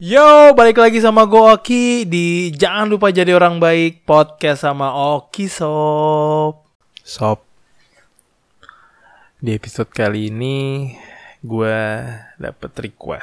Yo, balik lagi sama gue Oki di Jangan Lupa Jadi Orang Baik podcast sama Oki Sob. Di episode kali ini gue dapet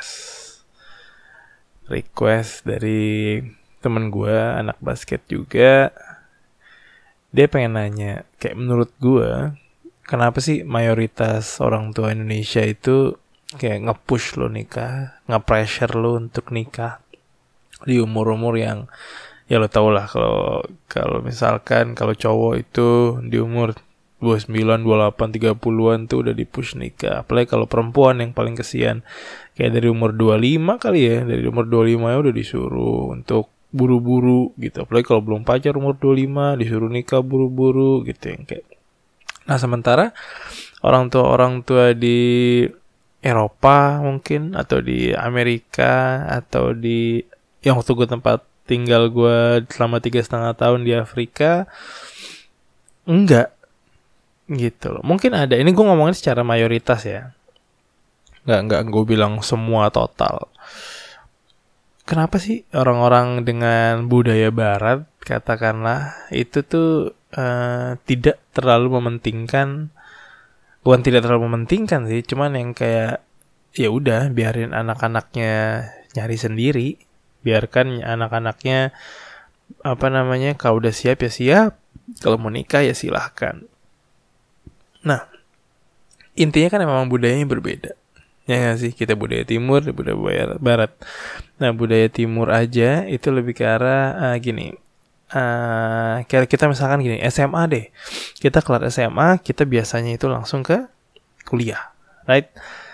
request dari temen gue, anak basket juga. Dia pengen nanya, kayak menurut gue, kenapa sih mayoritas orang tua Indonesia itu kayak nge-push lo nikah, nge-pressure lo untuk nikah di umur-umur yang ya lo tau lah, kalau misalkan kalau cowok itu di umur 29, 28, 30-an tuh udah di-push nikah. Apalagi kalau perempuan yang paling kesian kayak dari umur 25 kali ya, dari umur 25 ya udah disuruh untuk buru-buru gitu. Apalagi kalau belum pacar umur 25 disuruh nikah buru-buru gitu yang kayak. Nah, sementara orang tua di Eropa mungkin, atau di Amerika, atau di yang waktu gue tempat tinggal gue selama 3,5 tahun di Afrika, enggak gitu loh. Mungkin ada, ini gue ngomongin secara mayoritas ya, enggak gue bilang semua total. Kenapa sih orang-orang dengan budaya barat katakanlah itu tuh tidak terlalu mementingkan, bukan tidak terlalu mementingkan sih, cuman yang kayak ya udah biarin anak-anaknya nyari sendiri, biarkan anak-anaknya kalau udah siap ya siap, kalau mau nikah ya silahkan. Nah, intinya kan memang budayanya berbeda, ya nggak sih? Kita budaya timur, budaya barat. Nah, budaya timur aja itu lebih ke arah gini. Kayak kita misalkan gini, SMA deh. Kita kelar SMA, kita biasanya itu langsung ke kuliah, right?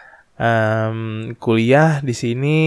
Kuliah di sini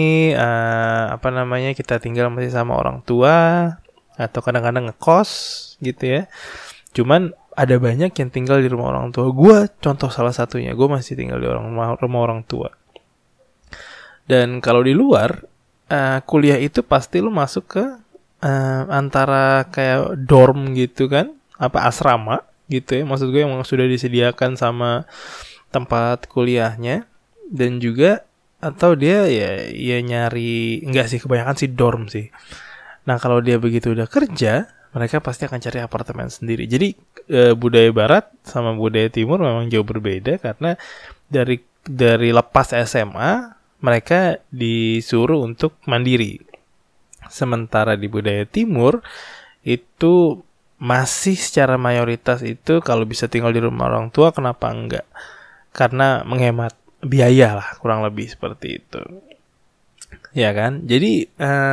kita tinggal masih sama orang tua atau kadang-kadang ngekos gitu ya. Cuman ada banyak yang tinggal di rumah orang tua. Gue contoh salah satunya, gue masih tinggal di rumah orang tua. Dan kalau di luar kuliah itu pasti lu masuk ke antara kayak dorm gitu kan, asrama gitu ya, maksud gue yang sudah disediakan sama tempat kuliahnya. Dan juga atau dia ya nyari, enggak sih, kebanyakan sih dorm sih. Nah, kalau dia begitu udah kerja, mereka pasti akan cari apartemen sendiri. Jadi budaya barat sama budaya timur memang jauh berbeda, karena dari lepas SMA mereka disuruh untuk mandiri. Sementara di budaya timur itu masih secara mayoritas itu kalau bisa tinggal di rumah orang tua, kenapa enggak? Karena menghemat biaya lah, kurang lebih seperti itu. Ya kan? Jadi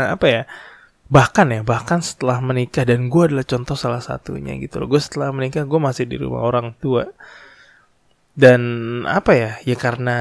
bahkan setelah menikah, dan gue adalah contoh salah satunya gitu loh. Gue setelah menikah gue masih di rumah orang tua. Dan ya karena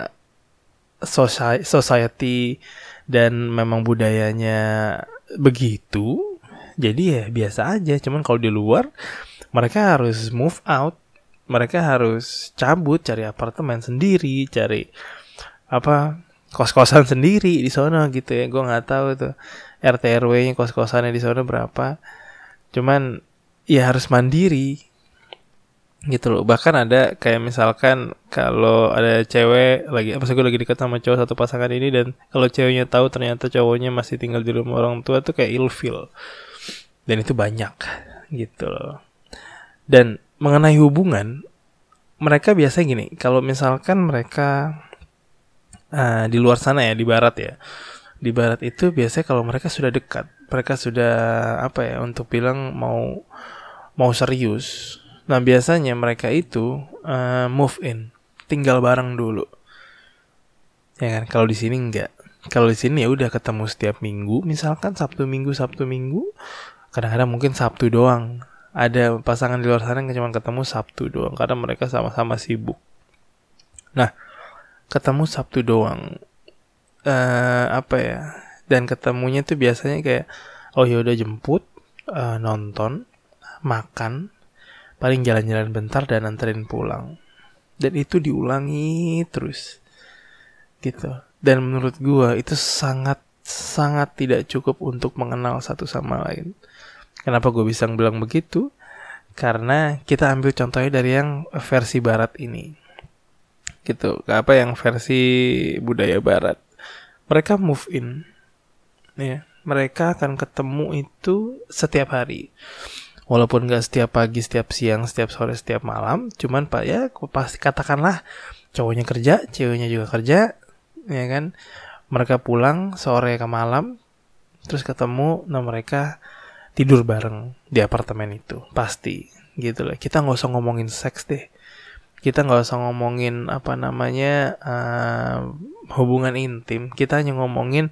society dan memang budayanya begitu, jadi ya biasa aja. Cuman kalau di luar, mereka harus move out, mereka harus cabut, cari apartemen sendiri, cari kos-kosan sendiri di sana gitu ya. Gue nggak tahu tuh RT RW-nya kos-kosannya di sana berapa, cuman ya harus mandiri gitu loh. Bahkan ada kayak misalkan kalau ada cewek gue lagi dekat sama cowok satu pasangan ini, dan kalau ceweknya tahu ternyata cowoknya masih tinggal di rumah orang tua tuh kayak ilfil. Dan itu banyak gitu loh. Dan mengenai hubungan, mereka biasa gini, kalau misalkan mereka di luar sana ya, di barat ya, di barat itu biasanya kalau mereka sudah dekat, mereka sudah untuk bilang mau serius. Nah, biasanya mereka itu move in, tinggal bareng dulu. Ya kan? Kalau di sini enggak. Kalau di sini ya udah ketemu setiap minggu, misalkan Sabtu Minggu, kadang-kadang mungkin Sabtu doang. Ada pasangan di luar sana yang cuma ketemu Sabtu doang karena mereka sama-sama sibuk. Nah, ketemu Sabtu doang. Dan ketemunya tuh biasanya kayak ya udah jemput, nonton, makan, paling jalan-jalan bentar dan anterin pulang. Dan itu diulangi terus gitu. Dan menurut gue itu sangat tidak cukup untuk mengenal satu sama lain. Kenapa gue bisa bilang begitu? Karena kita ambil contohnya dari yang versi barat ini gitu. Yang versi budaya barat, mereka move in ya. Mereka akan ketemu itu setiap hari. Walaupun gak setiap pagi, setiap siang, setiap sore, setiap malam. Cuman Pak ya, pasti katakanlah cowoknya kerja, ceweknya juga kerja, ya kan. Mereka pulang sore ke malam, terus ketemu, nah mereka tidur bareng di apartemen itu, pasti gitu lah. Kita nggak usah ngomongin seks deh, kita nggak usah ngomongin hubungan intim, kita hanya ngomongin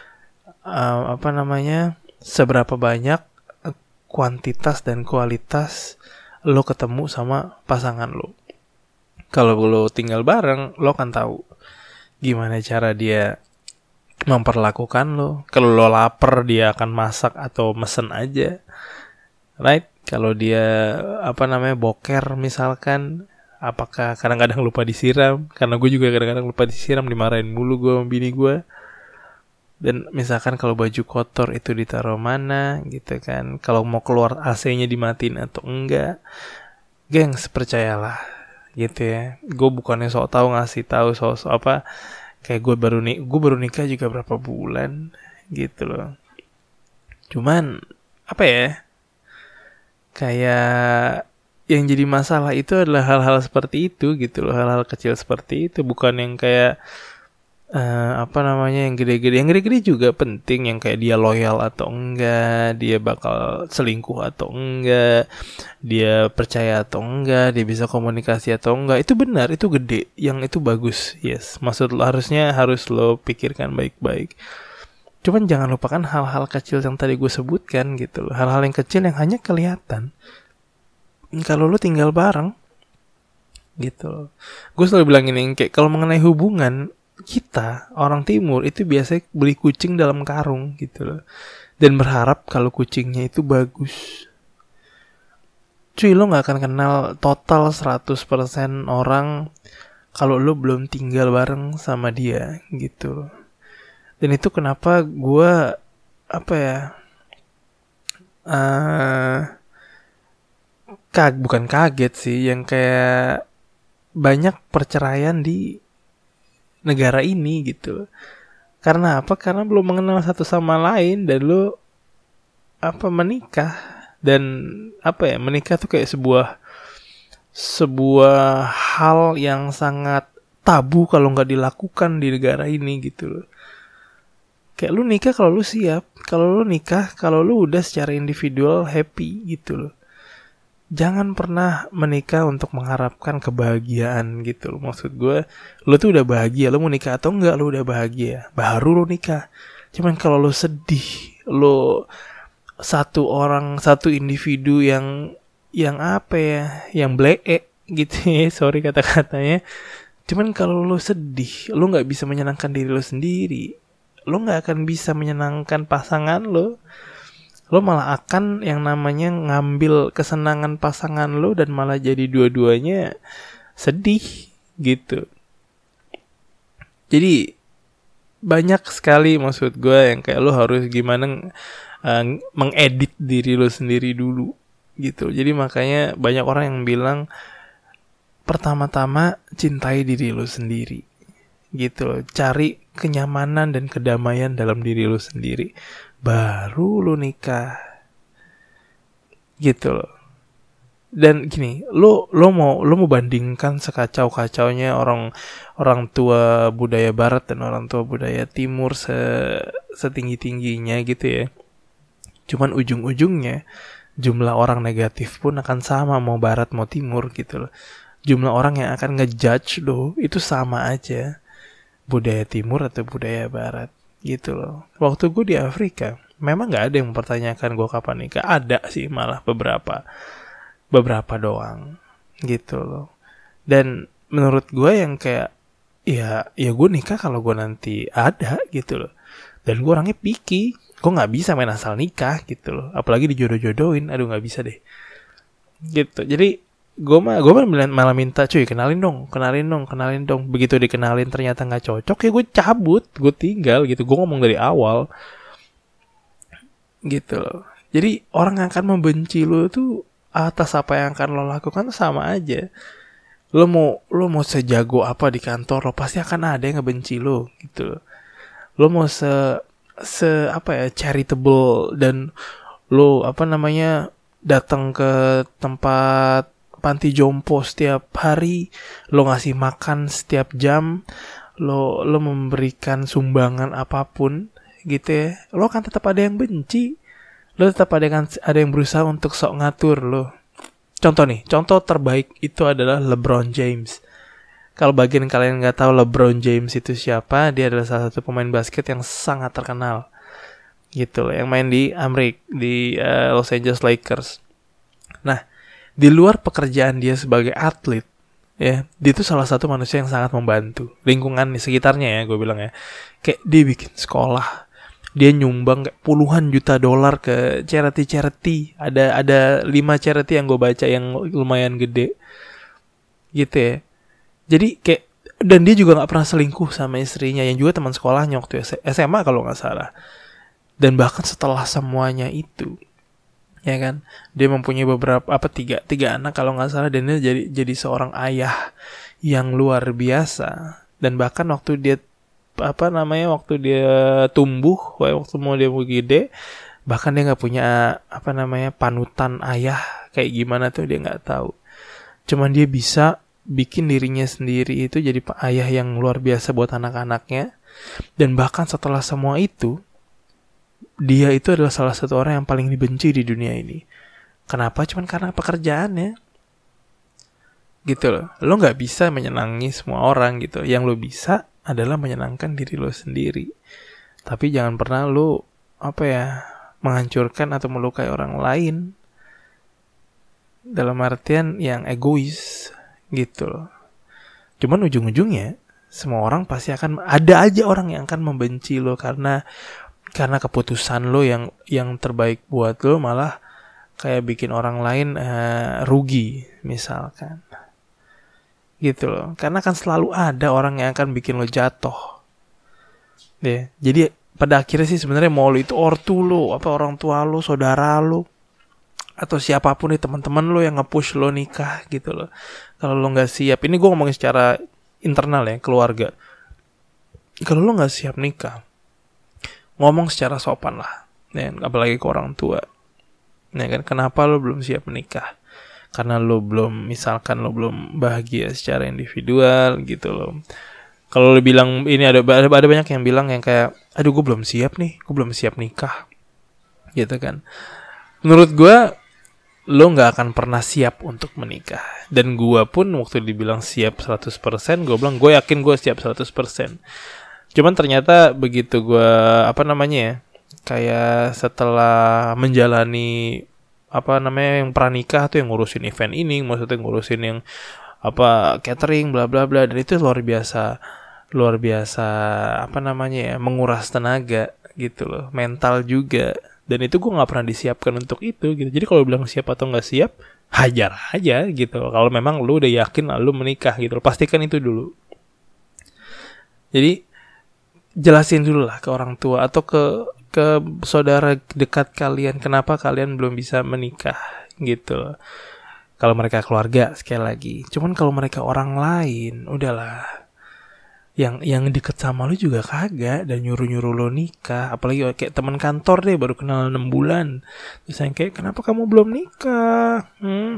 seberapa banyak kuantitas dan kualitas lo ketemu sama pasangan lo. Kalau lo tinggal bareng, lo kan tahu gimana cara dia memperlakukan lo. Kalau lo lapar, dia akan masak atau mesen aja, right? Kalau dia boker misalkan, apakah kadang-kadang lupa disiram? Karena gue juga kadang-kadang lupa disiram, dimarahin mulu gue sama bini gue. Dan misalkan kalau baju kotor itu ditaruh mana gitu kan, kalau mau keluar AC-nya dimatiin atau enggak. Gengs, percayalah gitu ya. Gue bukannya sok tahu ngasih tahu kayak gue baru nikah juga berapa bulan gitu loh. Cuman kayak yang jadi masalah itu adalah hal-hal seperti itu gitu loh, hal-hal kecil seperti itu, bukan yang kayak yang gede-gede. Yang gede-gede juga penting, yang kayak dia loyal atau enggak, dia bakal selingkuh atau enggak, dia percaya atau enggak, dia bisa komunikasi atau enggak. Itu benar, itu gede, yang itu bagus. Yes, maksud lo harus lo pikirkan baik-baik. Cuman jangan lupakan hal-hal kecil yang tadi gue sebutkan gitu loh. Hal-hal yang kecil yang hanya kelihatan kalau lo tinggal bareng gitu loh. Gue selalu bilang ini, kayak kalau mengenai hubungan, kita orang timur itu biasanya beli kucing dalam karung gitu loh, dan berharap kalau kucingnya itu bagus. Cuy, lo gak akan kenal total 100% orang kalau lo belum tinggal bareng sama dia gitu loh. Dan itu kenapa gue bukan kaget sih, yang kayak banyak perceraian di negara ini gitu. Karena apa? Karena belum mengenal satu sama lain, dan lo menikah. Dan menikah tuh kayak sebuah hal yang sangat tabu kalau nggak dilakukan di negara ini gitu loh. Kayak lu nikah kalau lu siap, kalau lu nikah kalau lu udah secara individual happy gitu loh. Jangan pernah menikah untuk mengharapkan kebahagiaan gitu loh. Maksud gue, lo tuh udah bahagia, lo mau nikah atau enggak, lo udah bahagia, baru lo nikah. Cuman kalau lo sedih, lo satu individu yang bleek gitu ya, sorry kata-katanya. Cuman kalau lo sedih, lo gak bisa menyenangkan diri lo sendiri, lo gak akan bisa menyenangkan pasangan lo. Lo malah akan yang namanya ngambil kesenangan pasangan lo, dan malah jadi dua-duanya sedih gitu. Jadi banyak sekali, maksud gue, yang kayak lo harus gimana mengedit diri lo sendiri dulu gitu. Jadi makanya banyak orang yang bilang pertama-tama cintai diri lo sendiri gitu loh. Cari kenyamanan dan kedamaian dalam diri lo sendiri, baru lo nikah gitu loh. Dan gini, lo mau bandingkan sekacau-kacaunya orang tua budaya barat dan orang tua budaya timur setinggi-tingginya gitu ya. Cuman ujung-ujungnya jumlah orang negatif pun akan sama, mau barat mau timur gitu loh. Jumlah orang yang akan ngejudge lo itu sama aja, budaya timur atau budaya barat gitu loh. Waktu gue di Afrika memang gak ada yang mempertanyakan gue kapan nikah. Ada sih malah beberapa doang gitu loh. Dan menurut gue yang kayak ya gue nikah kalau gue nanti ada gitu loh. Dan gue orangnya picky, gue gak bisa main asal nikah gitu loh, apalagi dijodoh-jodohin. Aduh gak bisa deh gitu. Jadi gue malah minta, cuy kenalin dong. Begitu dikenalin ternyata gak cocok, ya gue cabut, gue tinggal gitu. Gue ngomong dari awal gitu loh. Jadi orang yang akan membenci lo tuh atas apa yang akan lo lakukan tuh sama aja. Lo mau sejago apa di kantor, lo pasti akan ada yang ngebenci lo gitu loh. Lo mau charitable, dan lo datang ke tempat panti jompo setiap hari, lo ngasih makan setiap jam, lo memberikan sumbangan apapun gitu ya, lo kan tetap ada yang benci, lo tetap ada yang berusaha untuk sok ngatur lo. Contoh terbaik itu adalah LeBron James. Kalau bagian kalian nggak tahu LeBron James itu siapa, dia adalah salah satu pemain basket yang sangat terkenal gitu loh, yang main di Los Angeles Lakers. Nah, di luar pekerjaan dia sebagai atlet, ya, dia itu salah satu manusia yang sangat membantu lingkungan di sekitarnya ya, gue bilang ya. Kayak dia bikin sekolah, dia nyumbang kayak puluhan juta dolar ke charity. Ada 5 charity yang gue baca yang lumayan gede gitu ya. Jadi kayak, dan dia juga nggak pernah selingkuh sama istrinya yang juga teman sekolahnya waktu SMA kalau nggak salah. Dan bahkan setelah semuanya itu, ya kan, dia mempunyai tiga anak kalau nggak salah, dan dia jadi seorang ayah yang luar biasa. Dan bahkan waktu dia tumbuh, waktu mau dia gede, bahkan dia nggak punya panutan ayah kayak gimana tuh dia nggak tahu. Cuman dia bisa bikin dirinya sendiri itu jadi ayah yang luar biasa buat anak-anaknya. Dan bahkan setelah semua itu, dia itu adalah salah satu orang yang paling dibenci di dunia ini. Kenapa? Cuman karena pekerjaannya gitu loh. Lo gak bisa menyenangi semua orang gitu. Yang lo bisa adalah menyenangkan diri lo sendiri. Tapi jangan pernah lo menghancurkan atau melukai orang lain, dalam artian yang egois gitu loh. Cuman ujung-ujungnya semua orang pasti akan ada aja orang yang akan membenci lo karena keputusan lo yang terbaik buat lo malah kayak bikin orang lain rugi misalkan gitu loh. Karena kan selalu ada orang yang akan bikin lo jatuh deh. Jadi pada akhirnya sih sebenarnya mau lo itu ortu lo, orang tua lo, saudara lo, atau siapapun nih, teman-teman lo yang nge-push lo nikah gitu loh, kalau lo nggak siap, ini gue ngomongin secara internal ya, keluarga, kalau lo nggak siap nikah, ngomong secara sopan lah, ya, apalagi ke orang tua, ya kan, kenapa lo belum siap menikah? Karena lo belum bahagia secara individual gitu loh. Kalau lo bilang ini, ada banyak yang bilang yang kayak, aduh gue belum siap nikah, gitu kan. Menurut gue, lo gak akan pernah siap untuk menikah. Dan gue pun waktu dibilang siap 100%, gue bilang gue yakin gue siap 100%. Cuman ternyata begitu gue kayak setelah menjalani yang pranikah tuh, yang ngurusin event ini, maksudnya ngurusin yang catering bla bla bla, dan itu luar biasa menguras tenaga gitu loh, mental juga. Dan itu gue nggak pernah disiapkan untuk itu gitu. Jadi kalau bilang siap atau nggak siap, hajar aja gitu. Kalau memang lu udah yakin lu menikah gitu, pastikan itu dulu. Jadi jelasin dulu lah ke orang tua atau ke saudara dekat kalian kenapa kalian belum bisa menikah gitu. Kalau mereka keluarga, sekali lagi. Cuman kalau mereka orang lain, udahlah. Yang deket sama lu juga kagak dan nyuruh lo nikah. Apalagi kayak teman kantor deh, baru kenal 6 bulan. Terus yang kayak, kenapa kamu belum nikah?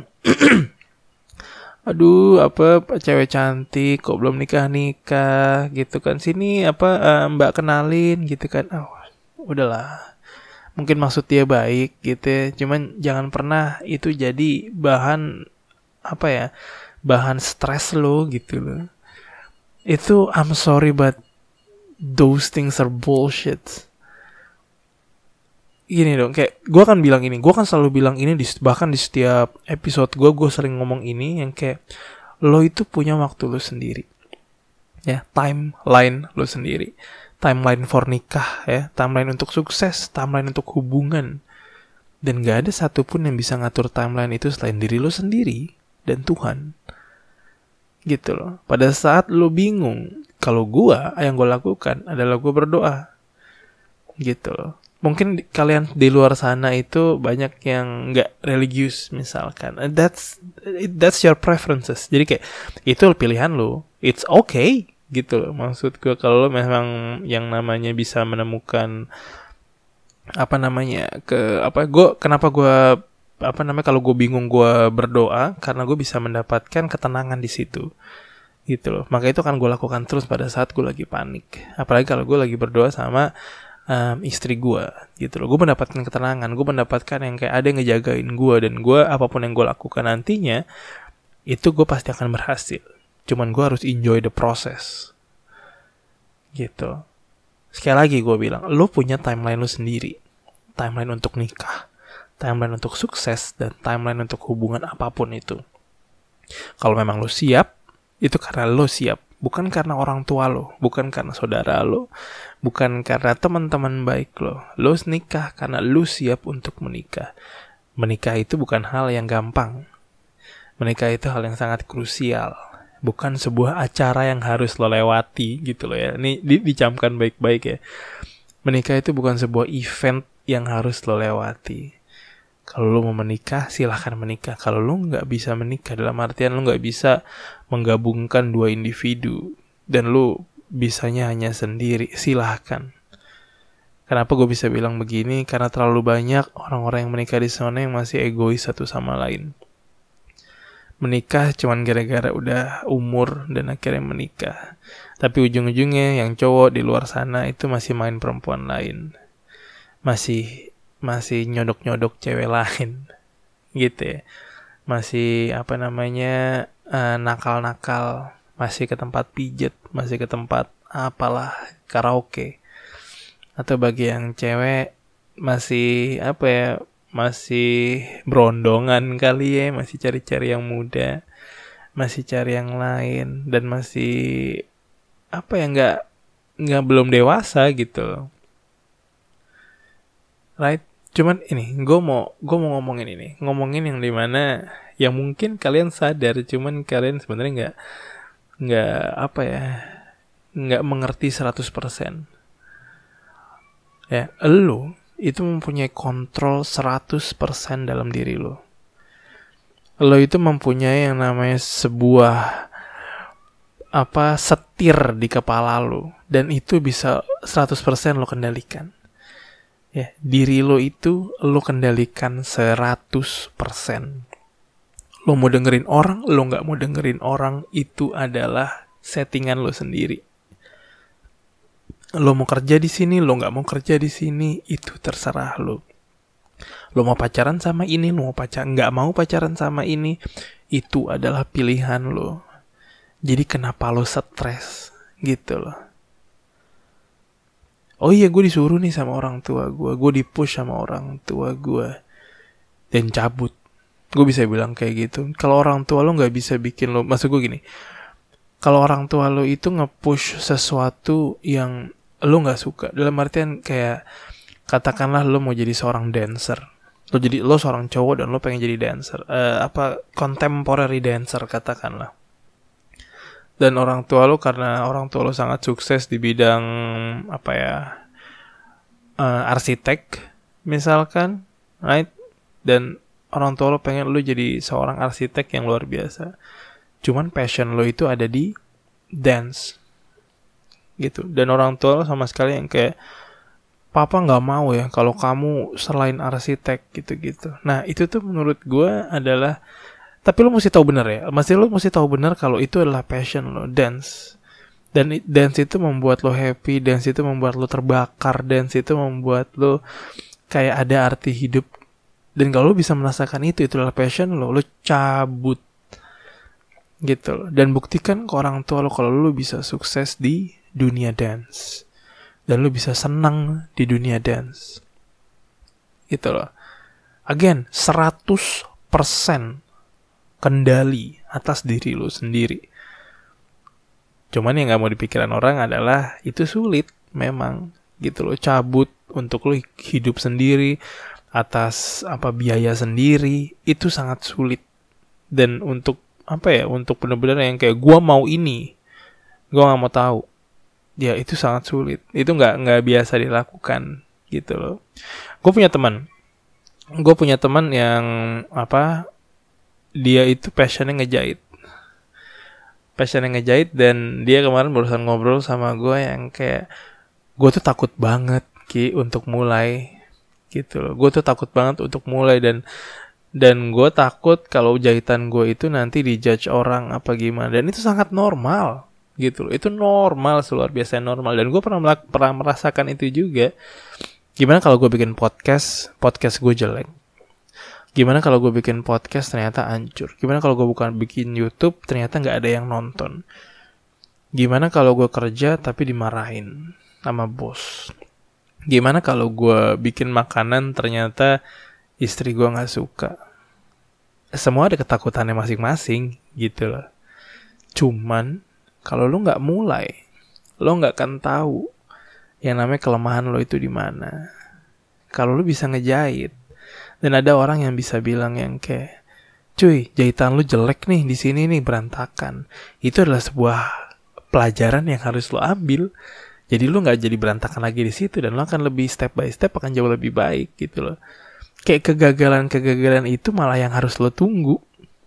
Aduh, cewek cantik kok belum nikah gitu kan. Sini mbak kenalin gitu kan. Udahlah. Mungkin maksud dia baik gitu ya. Cuman jangan pernah itu jadi bahan stres lo gitu loh. Itu I'm sorry but those things are bullshit. Gini dong, kayak gue akan selalu bilang ini bahkan di setiap episode gue sering ngomong ini, yang kayak lo itu punya waktu lo sendiri, ya, timeline lo sendiri, timeline for nikah, ya, timeline untuk sukses, timeline untuk hubungan, dan gak ada satupun yang bisa ngatur timeline itu selain diri lo sendiri dan Tuhan. Gitu loh. Pada saat lo bingung, kalau yang gue lakukan adalah gue berdoa. Gitu loh. Mungkin kalian di luar sana itu banyak yang gak religius misalkan. That's your preferences. Jadi kayak itu pilihan lo. It's okay. gitu loh. Maksud gue kalau lo memang yang namanya bisa menemukan kalau gue bingung gue berdoa karena gue bisa mendapatkan ketenangan di situ gitu loh. Maka itu akan gue lakukan terus pada saat gue lagi panik, apalagi kalau gue lagi berdoa sama istri gue gitu loh. Gue mendapatkan ketenangan, gue mendapatkan yang kayak ada yang ngejagain gue, dan gue apapun yang gue lakukan nantinya itu gue pasti akan berhasil. Cuman gue harus enjoy the process gitu. Sekali lagi gue bilang, lo punya timeline lo sendiri. Timeline untuk nikah, timeline untuk sukses, dan timeline untuk hubungan apapun itu. Kalau memang lo siap, itu karena lo siap. Bukan karena orang tua lo, bukan karena saudara lo, bukan karena teman-teman baik lo. Lo nikah karena lo siap untuk menikah. Menikah itu bukan hal yang gampang. Menikah itu hal yang sangat krusial. Bukan sebuah acara yang harus lo lewati gitu loh ya. Ini dicamkan baik-baik ya. Menikah itu bukan sebuah event yang harus lo lewati. Kalau lo mau menikah, silahkan menikah. Kalau lo nggak bisa menikah, dalam artian lo nggak bisa menggabungkan dua individu dan lo bisanya hanya sendiri, silahkan. Kenapa gue bisa bilang begini? Karena terlalu banyak orang-orang yang menikah di sana yang masih egois satu sama lain. Menikah cuman gara-gara udah umur dan akhirnya menikah. Tapi ujung-ujungnya yang cowok di luar sana itu masih main perempuan lain. Masih nyodok-nyodok cewek lain. Gitu ya. Masih nakal-nakal. Masih ke tempat pijet, masih ke tempat apalah, karaoke. Atau bagi yang cewek masih masih berondongan kali ya, masih cari-cari yang muda, masih cari yang lain, dan masih nggak belum dewasa gitu, right? Cuman ini gue mau ngomongin yang dimana yang mungkin kalian sadar, cuman kalian sebenarnya nggak mengerti 100%. Ya, lo itu mempunyai kontrol 100% dalam diri lo. Lo itu mempunyai yang namanya sebuah setir di kepala lo, dan itu bisa 100% lo kendalikan. Ya, diri lo itu lo kendalikan 100%. Lo mau dengerin orang, lo nggak mau dengerin orang, itu adalah settingan lo sendiri. Lo mau kerja di sini, lo nggak mau kerja di sini, itu terserah lo. Lo mau pacaran sama ini, lo nggak mau pacaran sama ini, itu adalah pilihan lo. Jadi kenapa lo stres gitu loh? Oh iya, gue disuruh nih sama orang tua gue dipush sama orang tua gue, dan cabut. Gue bisa bilang kayak gitu. Kalau orang tua lo nggak bisa bikin lo, maksud gue gini, kalau orang tua lo itu nge-push sesuatu yang lo nggak suka, dalam artian kayak katakanlah lo mau jadi seorang dancer, lo seorang cowok dan lo pengen jadi dancer, contemporary dancer katakanlah, dan orang tua lo, karena orang tua lo sangat sukses di bidang arsitek misalkan, right? Dan orang tua lo pengen lo jadi seorang arsitek yang luar biasa, cuman passion lo itu ada di dance gitu, dan orang tua lo sama sekali yang kayak, papa nggak mau ya kalau kamu selain arsitek gitu-gitu. Nah itu tuh menurut gue adalah, tapi lo mesti tahu benar ya, lo mesti tahu benar kalau itu adalah passion lo, dance. Dan dance itu membuat lo happy, dance itu membuat lo terbakar, dance itu membuat lo kayak ada arti hidup. Dan kalau lo bisa merasakan itu adalah passion lo cabut gitu loh. Dan buktikan ke orang tua lo kalau lo bisa sukses di dunia dance, dan lo bisa senang di dunia dance gitu loh. Again, 100% kendali atas diri lo sendiri. Cuman yang gak mau dipikiran orang adalah itu sulit memang gitu loh. Cabut untuk lo hidup sendiri atas biaya sendiri itu sangat sulit. Dan untuk untuk benar-benar yang kayak gua mau ini, gua gak mau tahu, ya itu sangat sulit. Itu nggak biasa dilakukan gitu loh. Gue punya teman yang dia itu passionnya ngejahit. passion yang ngejahit. Dan dia kemarin barusan ngobrol sama gue yang kayak, gue tuh takut banget Ki untuk mulai gitu loh. Gue tuh takut banget untuk mulai, dan gue takut kalau jahitan gue itu nanti dijudge orang apa gimana. Dan itu sangat normal gitu loh. Itu normal, luar biasa normal. Dan gue pernah merasakan itu juga. Gimana kalau gue bikin podcast gue jelek? Gimana kalau gue bikin podcast ternyata hancur? Gimana kalau gue bukan bikin YouTube ternyata nggak ada yang nonton? Gimana kalau gue kerja tapi dimarahin sama bos? Gimana kalau gue bikin makanan ternyata istri gue nggak suka? Semua ada ketakutannya masing-masing gitu loh. Cuman kalau lu nggak mulai, lo nggak akan tahu yang namanya kelemahan lo itu di mana. Kalau lo bisa ngejahit, dan ada orang yang bisa bilang yang kayak, cuy, jahitan lo jelek nih di sini nih, berantakan. Itu adalah sebuah pelajaran yang harus lo ambil. Jadi lo nggak jadi berantakan lagi di situ, dan lo akan lebih step by step akan jauh lebih baik gitu loh. Kayak kegagalan itu malah yang harus lo tunggu.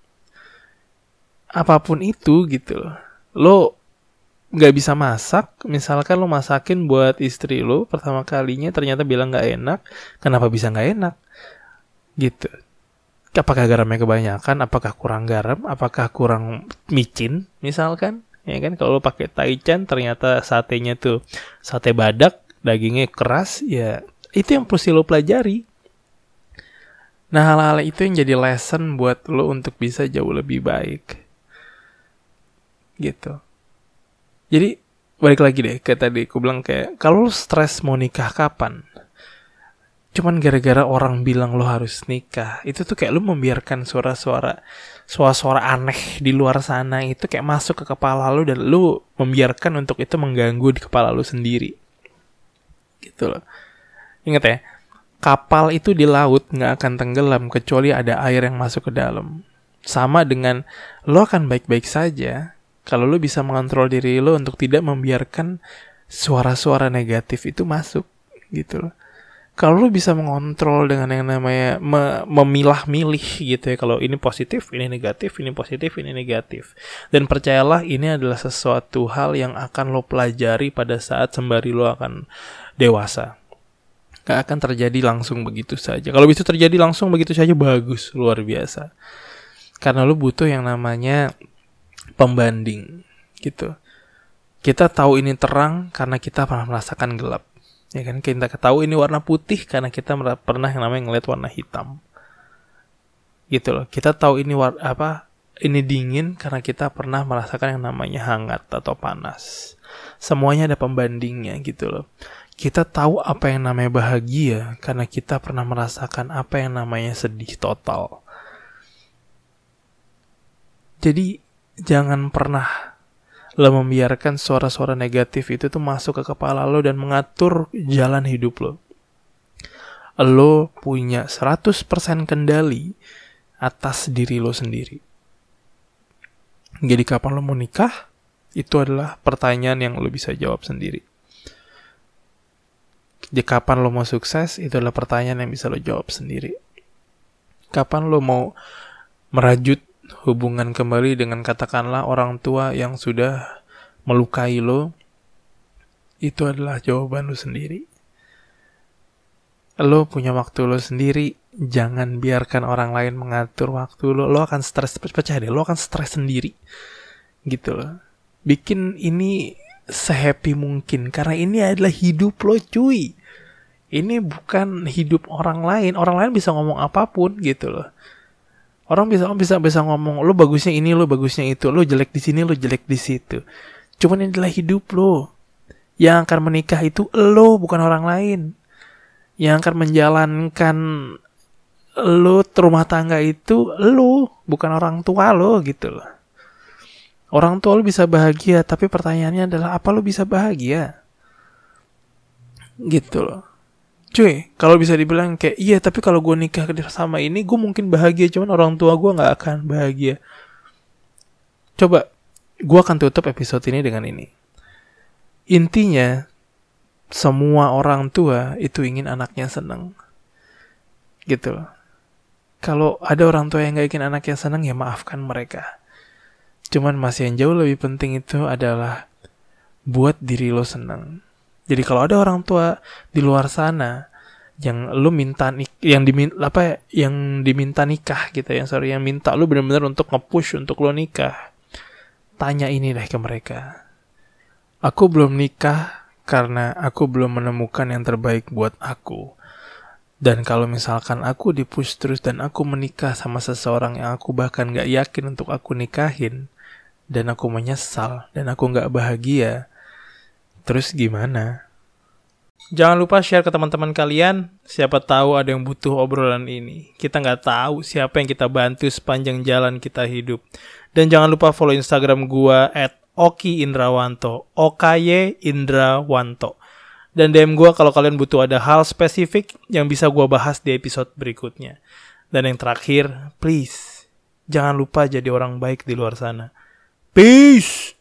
Apapun itu gitu loh. Lo nggak bisa masak, misalkan lo masakin buat istri lo pertama kalinya ternyata bilang nggak enak. Kenapa bisa nggak enak gitu? Apakah garamnya kebanyakan? Apakah kurang garam? Apakah kurang micin misalkan? Ya kan, kalau lo pakai taichan ternyata satenya tuh sate badak, dagingnya keras, ya itu yang perlu lo pelajari. Nah, hal-hal itu yang jadi lesson buat lo untuk bisa jauh lebih baik gitu. Jadi balik lagi deh ke tadi aku bilang kayak, kalau lo stres mau nikah kapan? Cuman gara-gara orang bilang lo harus nikah, itu tuh kayak lo membiarkan suara-suara aneh di luar sana itu kayak masuk ke kepala lo, dan lo membiarkan untuk itu mengganggu di kepala lo sendiri. Gitu loh. Ingat ya, kapal itu di laut nggak akan tenggelam kecuali ada air yang masuk ke dalam. Sama dengan lo akan baik-baik saja kalau lo bisa mengontrol diri lo untuk tidak membiarkan suara-suara negatif itu masuk gitu loh. Kalau lo bisa mengontrol dengan yang namanya memilah-milih gitu ya, kalau ini positif, ini negatif, ini positif, ini negatif. Dan percayalah, ini adalah sesuatu hal yang akan lo pelajari pada saat sembari lo akan dewasa. Gak akan terjadi langsung begitu saja. Kalau bisa terjadi langsung begitu saja, bagus, luar biasa. Karena lo butuh yang namanya pembanding gitu. Kita tahu ini terang karena kita pernah merasakan gelap. Ya kan, kita tahu ini warna putih karena kita pernah yang namanya ngeliat warna hitam. Gitu loh. Kita tahu ini ini dingin karena kita pernah merasakan yang namanya hangat atau panas. Semuanya ada pembandingnya gitu loh. Kita tahu apa yang namanya bahagia karena kita pernah merasakan apa yang namanya sedih total. Jadi jangan pernah lo membiarkan suara-suara negatif itu tuh masuk ke kepala lo dan mengatur jalan hidup lo. Lo punya 100% kendali atas diri lo sendiri. Jadi kapan lo mau nikah? Itu adalah pertanyaan yang lo bisa jawab sendiri. Jadi kapan lo mau sukses? Itu adalah pertanyaan yang bisa lo jawab sendiri. Kapan lo mau merajut hubungan kembali dengan katakanlah orang tua yang sudah melukai lo? Itu adalah jawaban lo sendiri. Lo punya waktu lo sendiri. Jangan biarkan orang lain mengatur waktu lo. Lo akan stres, percaya deh, lo akan stres sendiri gitu loh. Bikin ini sehappy mungkin, karena ini adalah hidup lo cuy. Ini bukan hidup orang lain. Orang lain bisa ngomong apapun gitu loh. Orang bisa ngomong, lo bagusnya ini, lo bagusnya itu, lo jelek di sini, lo jelek di situ. Cuman ini adalah hidup lo. Yang akan menikah itu lo, bukan orang lain. Yang akan menjalankan lo rumah tangga itu lo, bukan orang tua lo gitu loh. Orang tua lo bisa bahagia, tapi pertanyaannya adalah apa lo bisa bahagia? Gitu loh. Cuy, kalau bisa dibilang kayak, iya tapi kalau gue nikah sama ini, gue mungkin bahagia, cuman orang tua gue gak akan bahagia. Coba, gue akan tutup episode ini dengan ini. Intinya, semua orang tua itu ingin anaknya senang. Gitu. Kalau ada orang tua yang gak ingin anaknya senang, ya maafkan mereka. Cuman masih yang jauh lebih penting itu adalah buat diri lo senang. Jadi kalau ada orang tua di luar sana yang lo minta yang diminta nikah gitu, yang minta lo benar-benar untuk nge-push untuk lo nikah, tanya ini deh ke mereka. Aku belum nikah karena aku belum menemukan yang terbaik buat aku. Dan kalau misalkan aku di-push terus dan aku menikah sama seseorang yang aku bahkan gak yakin untuk aku nikahin, dan aku menyesal, dan aku gak bahagia, terus gimana? Jangan lupa share ke teman-teman kalian, siapa tahu ada yang butuh obrolan ini. Kita gak tahu siapa yang kita bantu sepanjang jalan kita hidup. Dan jangan lupa follow Instagram gua @okiindrawanto, OKY Indrawanto. Dan DM gue kalau kalian butuh ada hal spesifik yang bisa gue bahas di episode berikutnya. Dan yang terakhir, please, jangan lupa jadi orang baik di luar sana. Peace!